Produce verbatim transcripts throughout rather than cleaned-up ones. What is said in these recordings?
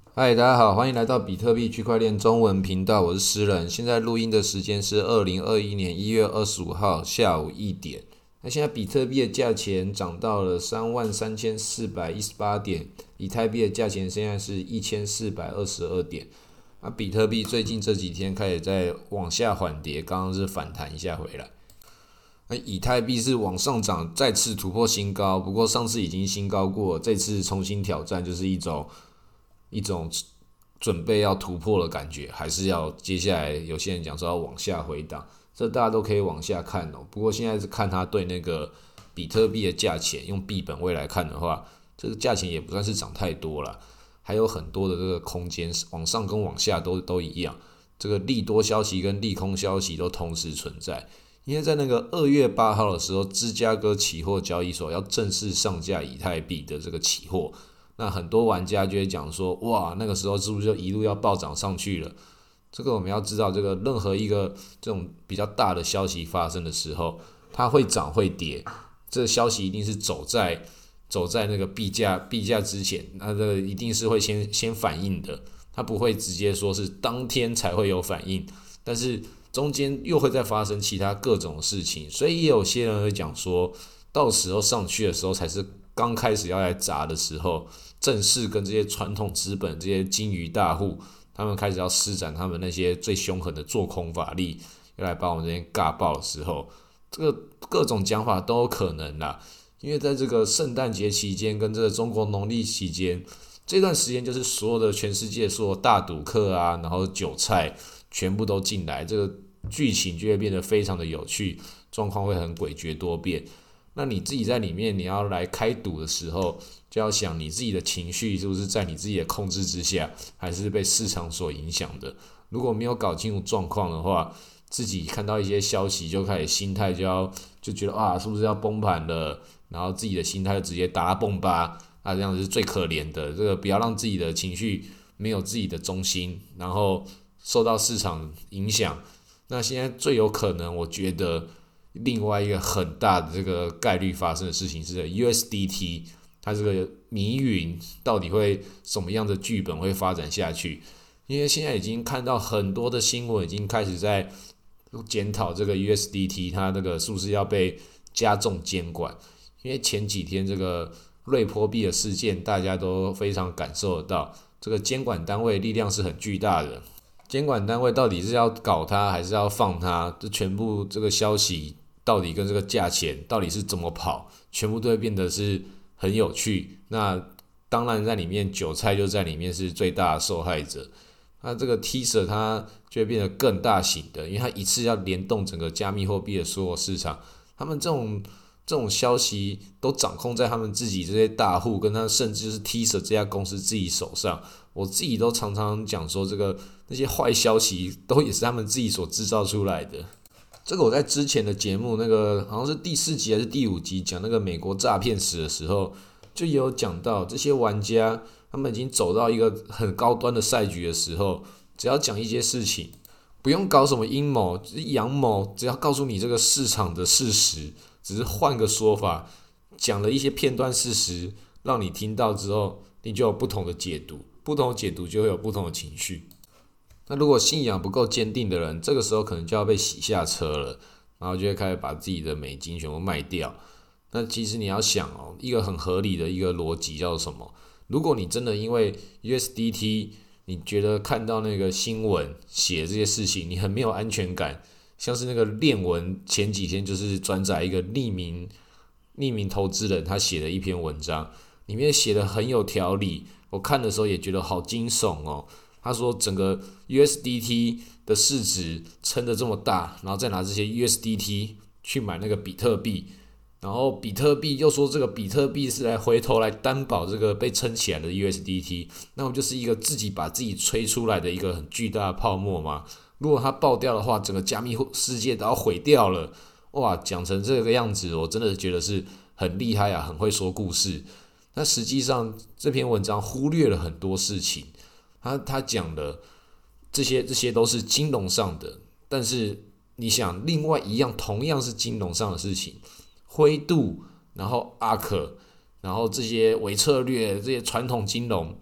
嗨，大家好，欢迎来到比特币区块链中文频道，我是诗人。现在录音的时间是二零二一年一月二十五号下午一点。那现在比特币的价钱涨到了三万三千四百一十八点，以太币的价钱现在是一千四百二十二点。那比特币最近这几天开始在往下缓跌，刚刚是反弹一下回来。那以太币是往上涨，再次突破新高，不过上次已经新高过，这次重新挑战就是一种一种准备要突破的感觉，还是要接下来有些人讲说要往下回档，这大家都可以往下看哦。不过现在是看它对那个比特币的价钱，用币本位来看的话，这个价钱也不算是涨太多了，还有很多的这个空间，往上跟往下都都一样。这个利多消息跟利空消息都同时存在。因为在那个二月八号的时候，芝加哥期货交易所要正式上架以太币的这个期货，那很多玩家就会讲说，哇，那个时候是不是就一路要暴涨上去了？这个我们要知道，这个任何一个这种比较大的消息发生的时候，它会涨会跌，这个消息一定是走在走在那个币价币价之前，那这个一定是会先先反应的，它不会直接说是当天才会有反应，但是中间又会再发生其他各种事情，所以也有些人会讲说，到时候上去的时候才是刚开始要来砸的时候，正式跟这些传统资本这些金鱼大户，他们开始要施展他们那些最凶狠的做空法力，要来把我们这边尬爆的时候，这个各种讲法都有可能啦。因为在这个圣诞节期间跟这个中国农历期间，这段时间就是所有的全世界所有大赌客啊，然后韭菜全部都进来，这个剧情就会变得非常的有趣，状况会很诡谲多变。那你自己在里面，你要来开赌的时候，就要想你自己的情绪是不是在你自己的控制之下，还是被市场所影响的。如果没有搞清楚状况的话，自己看到一些消息就开始心态就要就觉得啊，是不是要崩盘了？然后自己的心态就直接打崩吧，啊，这样子是最可怜的。这个不要让自己的情绪没有自己的中心，然后受到市场影响。那现在最有可能，我觉得另外一个很大的这个概率发生的事情是 U S D T， 它这个迷云到底会什么样的剧本会发展下去？因为现在已经看到很多的新闻已经开始在检讨这个 U S D T， 它那个是不是要被加重监管？因为前几天这个瑞波币的事件，大家都非常感受得到，这个监管单位力量是很巨大的。监管单位到底是要搞它还是要放它？这全部这个消息到底跟这个价钱到底是怎么跑，全部都会变得是很有趣。那当然在里面韭菜就在里面是最大的受害者。那这个 T S A 它就会变得更大型的，因为它一次要联动整个加密货币的所有市场，他们这种这种消息都掌控在他们自己这些大户跟他甚至是 T S A 这家公司自己手上。我自己都常常讲说，这个那些坏消息都也是他们自己所制造出来的。这个我在之前的节目，那个好像是第四集还是第五集讲那个美国诈骗史的时候，就也有讲到这些玩家他们已经走到一个很高端的赛局的时候，只要讲一些事情，不用搞什么阴谋、阳谋，只要告诉你这个市场的事实，只是换个说法，讲了一些片段事实，让你听到之后，你就有不同的解读，不同的解读就会有不同的情绪。那如果信仰不够坚定的人，这个时候可能就要被洗下车了，然后就会开始把自己的美金全部卖掉。那其实你要想哦，一个很合理的一个逻辑叫做什么？如果你真的因为 U S D T， 你觉得看到那个新闻写这些事情，你很没有安全感，像是那个链文前几天就是转载一个匿名匿名投资人他写的一篇文章，里面写的很有条理，我看的时候也觉得好惊悚哦。他说整个 U S D T 的市值撑得这么大，然后再拿这些 U S D T 去买那个比特币，然后比特币又说这个比特币是来回头来担保这个被撑起来的 U S D T， 那我就是一个自己把自己吹出来的一个很巨大的泡沫嘛。如果它爆掉的话，整个加密世界都要毁掉了。哇，讲成这个样子，我真的觉得是很厉害啊，很会说故事。那实际上这篇文章忽略了很多事情。他他讲的这些这些都是金融上的，但是你想另外一样同样是金融上的事情，灰度，然后阿克，然后这些伪策略，这些传统金融，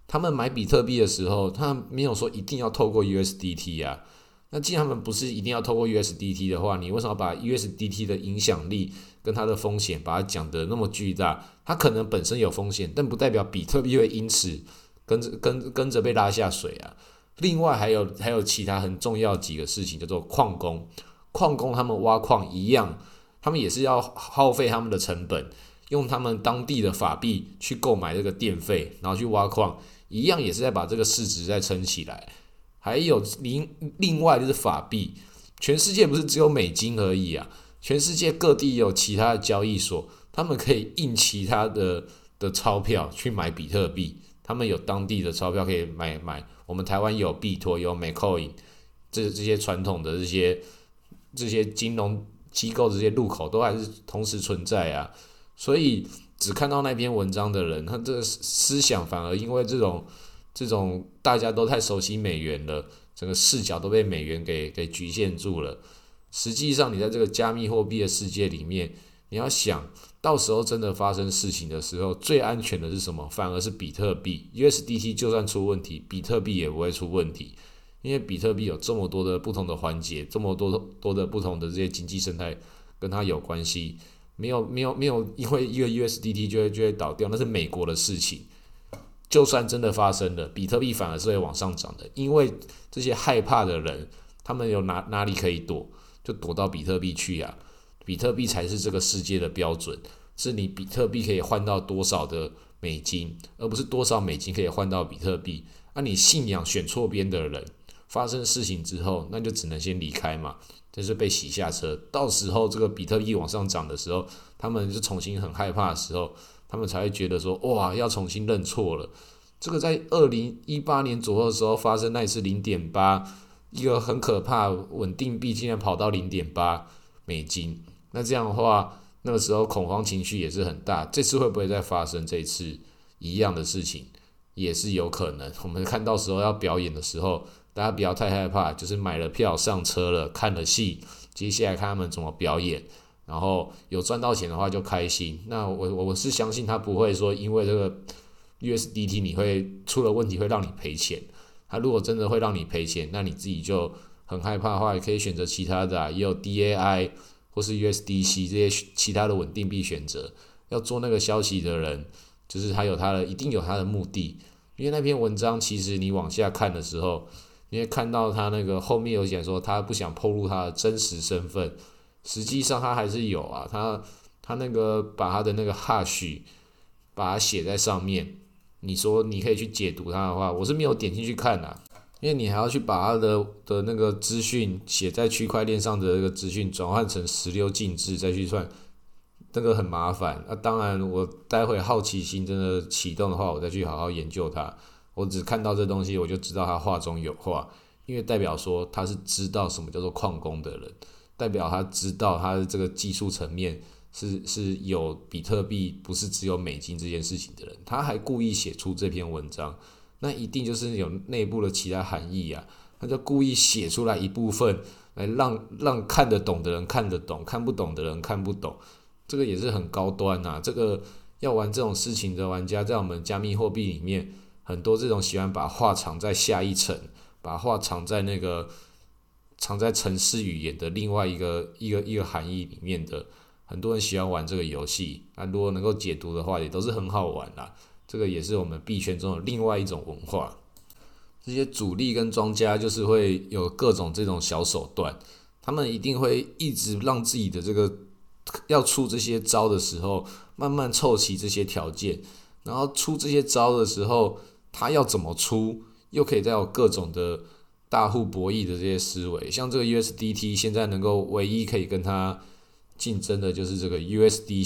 他们买比特币的时候，他们没有说一定要透过 U S D T 啊。那既然他们不是一定要透过 U S D T 的话，你为什么把 U S D T 的影响力跟它的风险把它讲得那么巨大？它可能本身有风险，但不代表比特币会因此跟着跟跟着被拉下水啊。另外还有还有其他很重要几个事情，叫做矿工。矿工他们挖矿一样，他们也是要耗费他们的成本，用他们当地的法币去购买这个电费，然后去挖矿，一样也是在把这个市值再撑起来。还有另另外就是法币，全世界不是只有美金而已啊，全世界各地有其他的交易所，他们可以印其他的的钞票去买比特币，他们有当地的钞票可以买买。我们台湾有币托，有 Macoin， 这这些传统的这些这些金融机构这些入口都还是同时存在啊，所以只看到那篇文章的人，他这个思想反而因为这种。这种大家都太熟悉美元了，整个视角都被美元给给局限住了。实际上，你在这个加密货币的世界里面，你要想到时候真的发生事情的时候，最安全的是什么？反而是比特币。U S D T 就算出问题，比特币也不会出问题，因为比特币有这么多的不同的环节，这么多多的不同的这些经济生态跟它有关系。没有没有没有，因为一个 U S D T 就会就会倒掉，那是美国的事情。就算真的发生了，比特币反而是会往上涨的，因为这些害怕的人，他们有哪哪里可以躲，就躲到比特币去啊。比特币才是这个世界的标准，是你比特币可以换到多少的美金，而不是多少美金可以换到比特币。那、啊、你信仰选错边的人，发生事情之后，那就只能先离开嘛，就是被洗下车。到时候这个比特币往上涨的时候，他们就重新很害怕的时候。他们才会觉得说，哇，要重新认错了。这个在二零一八年左右的时候发生那一次 零点八， 一个很可怕，稳定币竟然跑到 零点八 美金。那这样的话，那个时候恐慌情绪也是很大。这次会不会再发生这次一样的事情，也是有可能。我们看到时候要表演的时候，大家不要太害怕，就是买了票上车了，看了戏，接下来看他们怎么表演。然后有赚到钱的话就开心，那我我是相信他不会说因为这个 U S D T 你会出了问题会让你赔钱，他如果真的会让你赔钱，那你自己就很害怕的话，也可以选择其他的啊，也有 D A I 或是 U S D C 这些其他的稳定币选择。要做那个消息的人，就是他有他的一定有他的目的，因为那篇文章其实你往下看的时候，你会看到他那个后面有讲说他不想暴露他的真实身份。实际上他还是有啊，他他那个把他的那个 hash 把它写在上面，你说你可以去解读它的话，我是没有点进去看啊，因为你还要去把他的的那个资讯写在区块链上的那个资讯转换成十六进制再去算，那个很麻烦。那、啊、当然，我待会好奇心真的启动的话，我再去好好研究它。我只看到这东西，我就知道他话中有话，因为代表说他是知道什么叫做矿工的人。代表他知道他的这个技术层面是是有比特币不是只有美金这件事情的人，他还故意写出这篇文章，那一定就是有内部的其他含义啊，他就故意写出来一部分来让让看得懂的人看得懂，看不懂的人看不懂，这个也是很高端啊。这个要玩这种事情的玩家，在我们加密货币里面，很多这种喜欢把话藏在下一层，把话藏在那个。藏在程式语言的另外一个一个一个含义里面的，很多人喜欢玩这个游戏，那如果能够解读的话，也都是很好玩啦。这个也是我们币圈中的另外一种文化。这些主力跟庄家就是会有各种这种小手段，他们一定会一直让自己的这个要出这些招的时候，慢慢凑齐这些条件，然后出这些招的时候，他要怎么出，又可以再有各种的。大户博弈的这些思维，像这个 U S D T 现在能够唯一可以跟它竞争的就是这个 U S D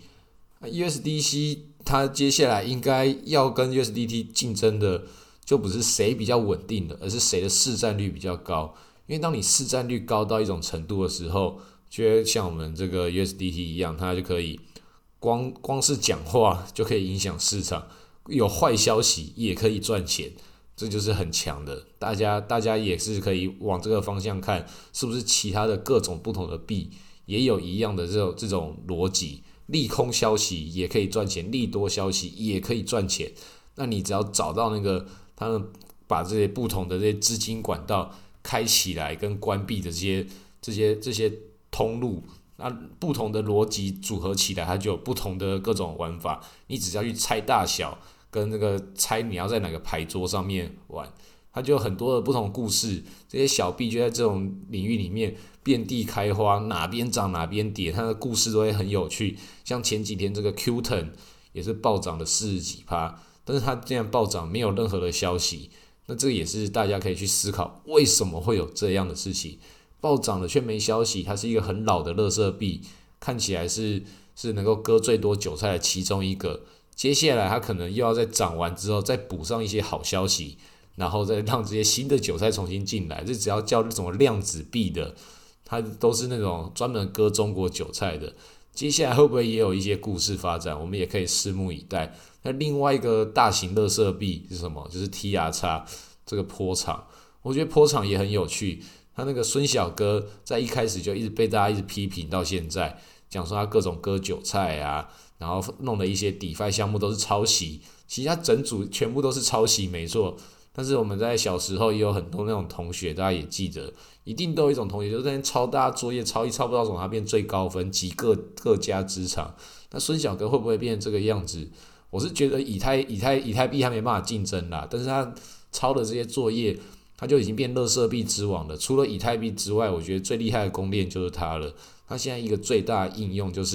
C。U S D C 它接下来应该要跟 U S D T 竞争的，就不是谁比较稳定的，而是谁的市占率比较高。因为当你市占率高到一种程度的时候，就会像我们这个 U S D T 一样，它就可以光光是讲话就可以影响市场，有坏消息也可以赚钱。这就是很强的，大家大家也是可以往这个方向看，是不是其他的各种不同的币也有一样的这种这种逻辑？利空消息也可以赚钱，利多消息也可以赚钱。 那你只要找到那个他们把这些不同的这些资金管道开起来跟关闭的这些这些这些通路，那不同的逻辑组合起来，它就有不同的各种玩法。你只要去猜大小，跟那个猜你要在哪个牌桌上面玩，它就有很多的不同故事。这些小币就在这种领域里面遍地开花，哪边涨哪边跌，它的故事都会很有趣。像前几天这个 Q 十 也是暴涨了四十几趴，但是它这样暴涨没有任何的消息，那这个也是大家可以去思考，为什么会有这样的事情？暴涨了却没消息，它是一个很老的垃圾币，看起来是是能够割最多韭菜的其中一个。接下来它可能又要在涨完之后再补上一些好消息，然后再让这些新的韭菜重新进来。这只要叫那种量子币的，它都是那种专门割中国韭菜的。接下来会不会也有一些故事发展？我们也可以拭目以待。那另外一个大型垃圾币是什么？就是 T R X 这个波场，我觉得波场也很有趣。他那个孙小哥在一开始就一直被大家一直批评到现在，讲说他各种割韭菜啊，然后弄的一些 DeFi 项目都是抄袭，其实他整组全部都是抄袭没错。但是我们在小时候也有很多那种同学，大家也记得，一定都有一种同学就是在那抄大家作业，抄一抄不到什么，他变最高分，集各各家之长。那孙小哥会不会变成这个样子？我是觉得以太以太以太币还没办法竞争啦，但是他抄的这些作业，它就已经变垃圾币之王了。除了以太币之外，我觉得最厉害的公链就是它了。它现在一个最大的应用就是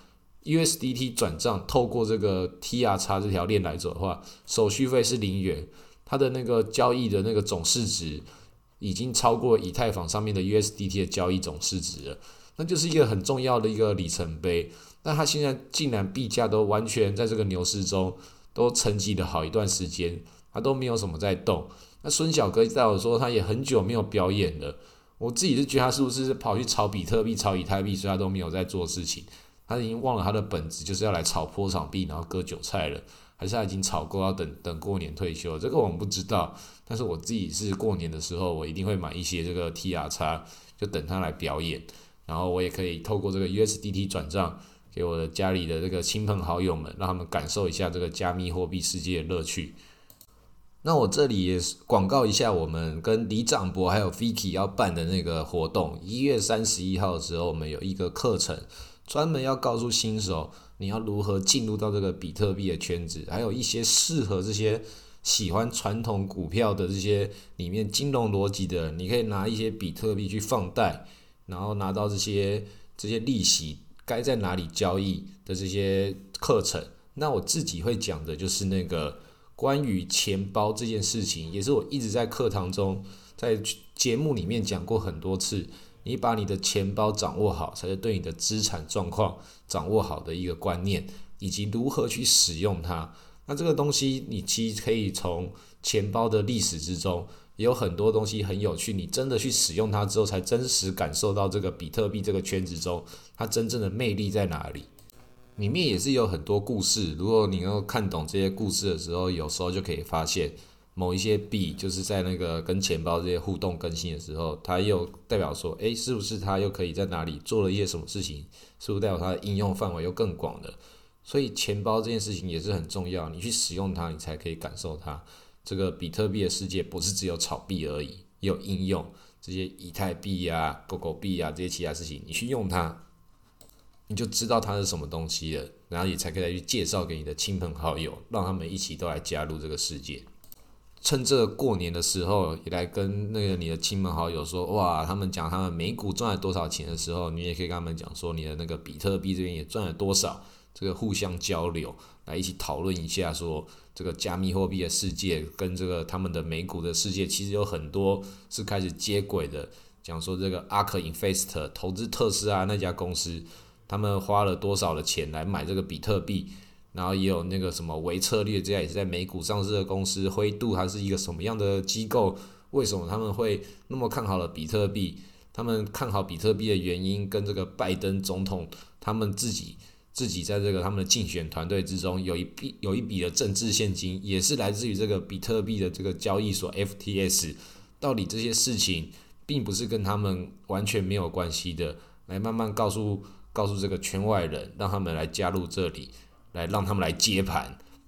U S D T 转账，透过这个 T R X 这条链来走的话，手续费是零元，它的那个交易的那个总市值已经超过以太坊上面的 U S D T 的交易总市值了，那就是一个很重要的一个里程碑。但它现在竟然币价都完全在这个牛市中都沉寂了好一段时间，它都没有什么在动。那孙小哥在我说他也很久没有表演了，我自己是觉得他是不是跑去炒比特币、炒以太币，所以他都没有在做事情。他已经忘了他的本质就是要来炒波场币，然后割韭菜了，还是他已经炒够要等等过年退休？这个我们不知道。但是我自己是过年的时候，我一定会买一些这个 T R X， 就等他来表演，然后我也可以透过这个 U S D T 转账给我的家里的这个亲朋好友们，让他们感受一下这个加密货币世界的乐趣。那我这里也广告一下，我们跟李长博还有 Vicky 要办的那个活动，一月三十一号的时候，我们有一个课程，专门要告诉新手你要如何进入到这个比特币的圈子，还有一些适合这些喜欢传统股票的这些里面金融逻辑的人，你可以拿一些比特币去放贷，然后拿到这些这些利息该在哪里交易的这些课程。那我自己会讲的就是那个关于钱包这件事情，也是我一直在课堂中在节目里面讲过很多次，你把你的钱包掌握好，才是对你的资产状况掌握好的一个观念，以及如何去使用它。那这个东西你其实可以从钱包的历史之中也有很多东西很有趣，你真的去使用它之后，才真实感受到这个比特币这个圈子中它真正的魅力在哪里。里面也是有很多故事，如果你要看懂这些故事的时候，有时候就可以发现某一些币就是在那个跟钱包这些互动更新的时候，它又代表说，诶，是不是它又可以在哪里做了一些什么事情，是不是代表它的应用范围又更广了？所以钱包这件事情也是很重要，你去使用它，你才可以感受它。这个比特币的世界不是只有炒币而已，也有应用，这些以太币啊、狗狗币啊这些其他事情，你去用它，你就知道它是什么东西了，然后也才可以再去介绍给你的亲朋好友，让他们一起都来加入这个世界。趁这个过年的时候，也来跟那个你的亲朋好友说，哇，他们讲他们美股赚了多少钱的时候，你也可以跟他们讲说，你的那个比特币这边也赚了多少，这个互相交流，来一起讨论一下说，这个加密货币的世界跟这个他们的美股的世界，其实有很多是开始接轨的。讲说这个 Ark Invest 投资特斯拉那家公司，他们花了多少的钱来买这个比特币，然后也有那个什么微策略，这家也是在美股上市的公司，灰度它是一个什么样的机构，为什么他们会那么看好了比特币，他们看好比特币的原因跟这个拜登总统他们自己自己在这个他们的竞选团队之中有一笔有一笔的政治现金，也是来自于这个比特币的这个交易所 F T S， 到底这些事情并不是跟他们完全没有关系的，来慢慢告诉告诉这个圈外人，让他们来加入这里，来让他们来接盘，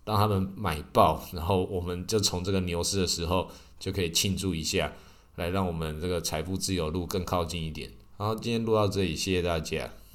让他们买爆，然后我们就从这个牛市的时候就可以庆祝一下，来让我们这个财富自由路更靠近一点。好，今天录到这里，谢谢大家。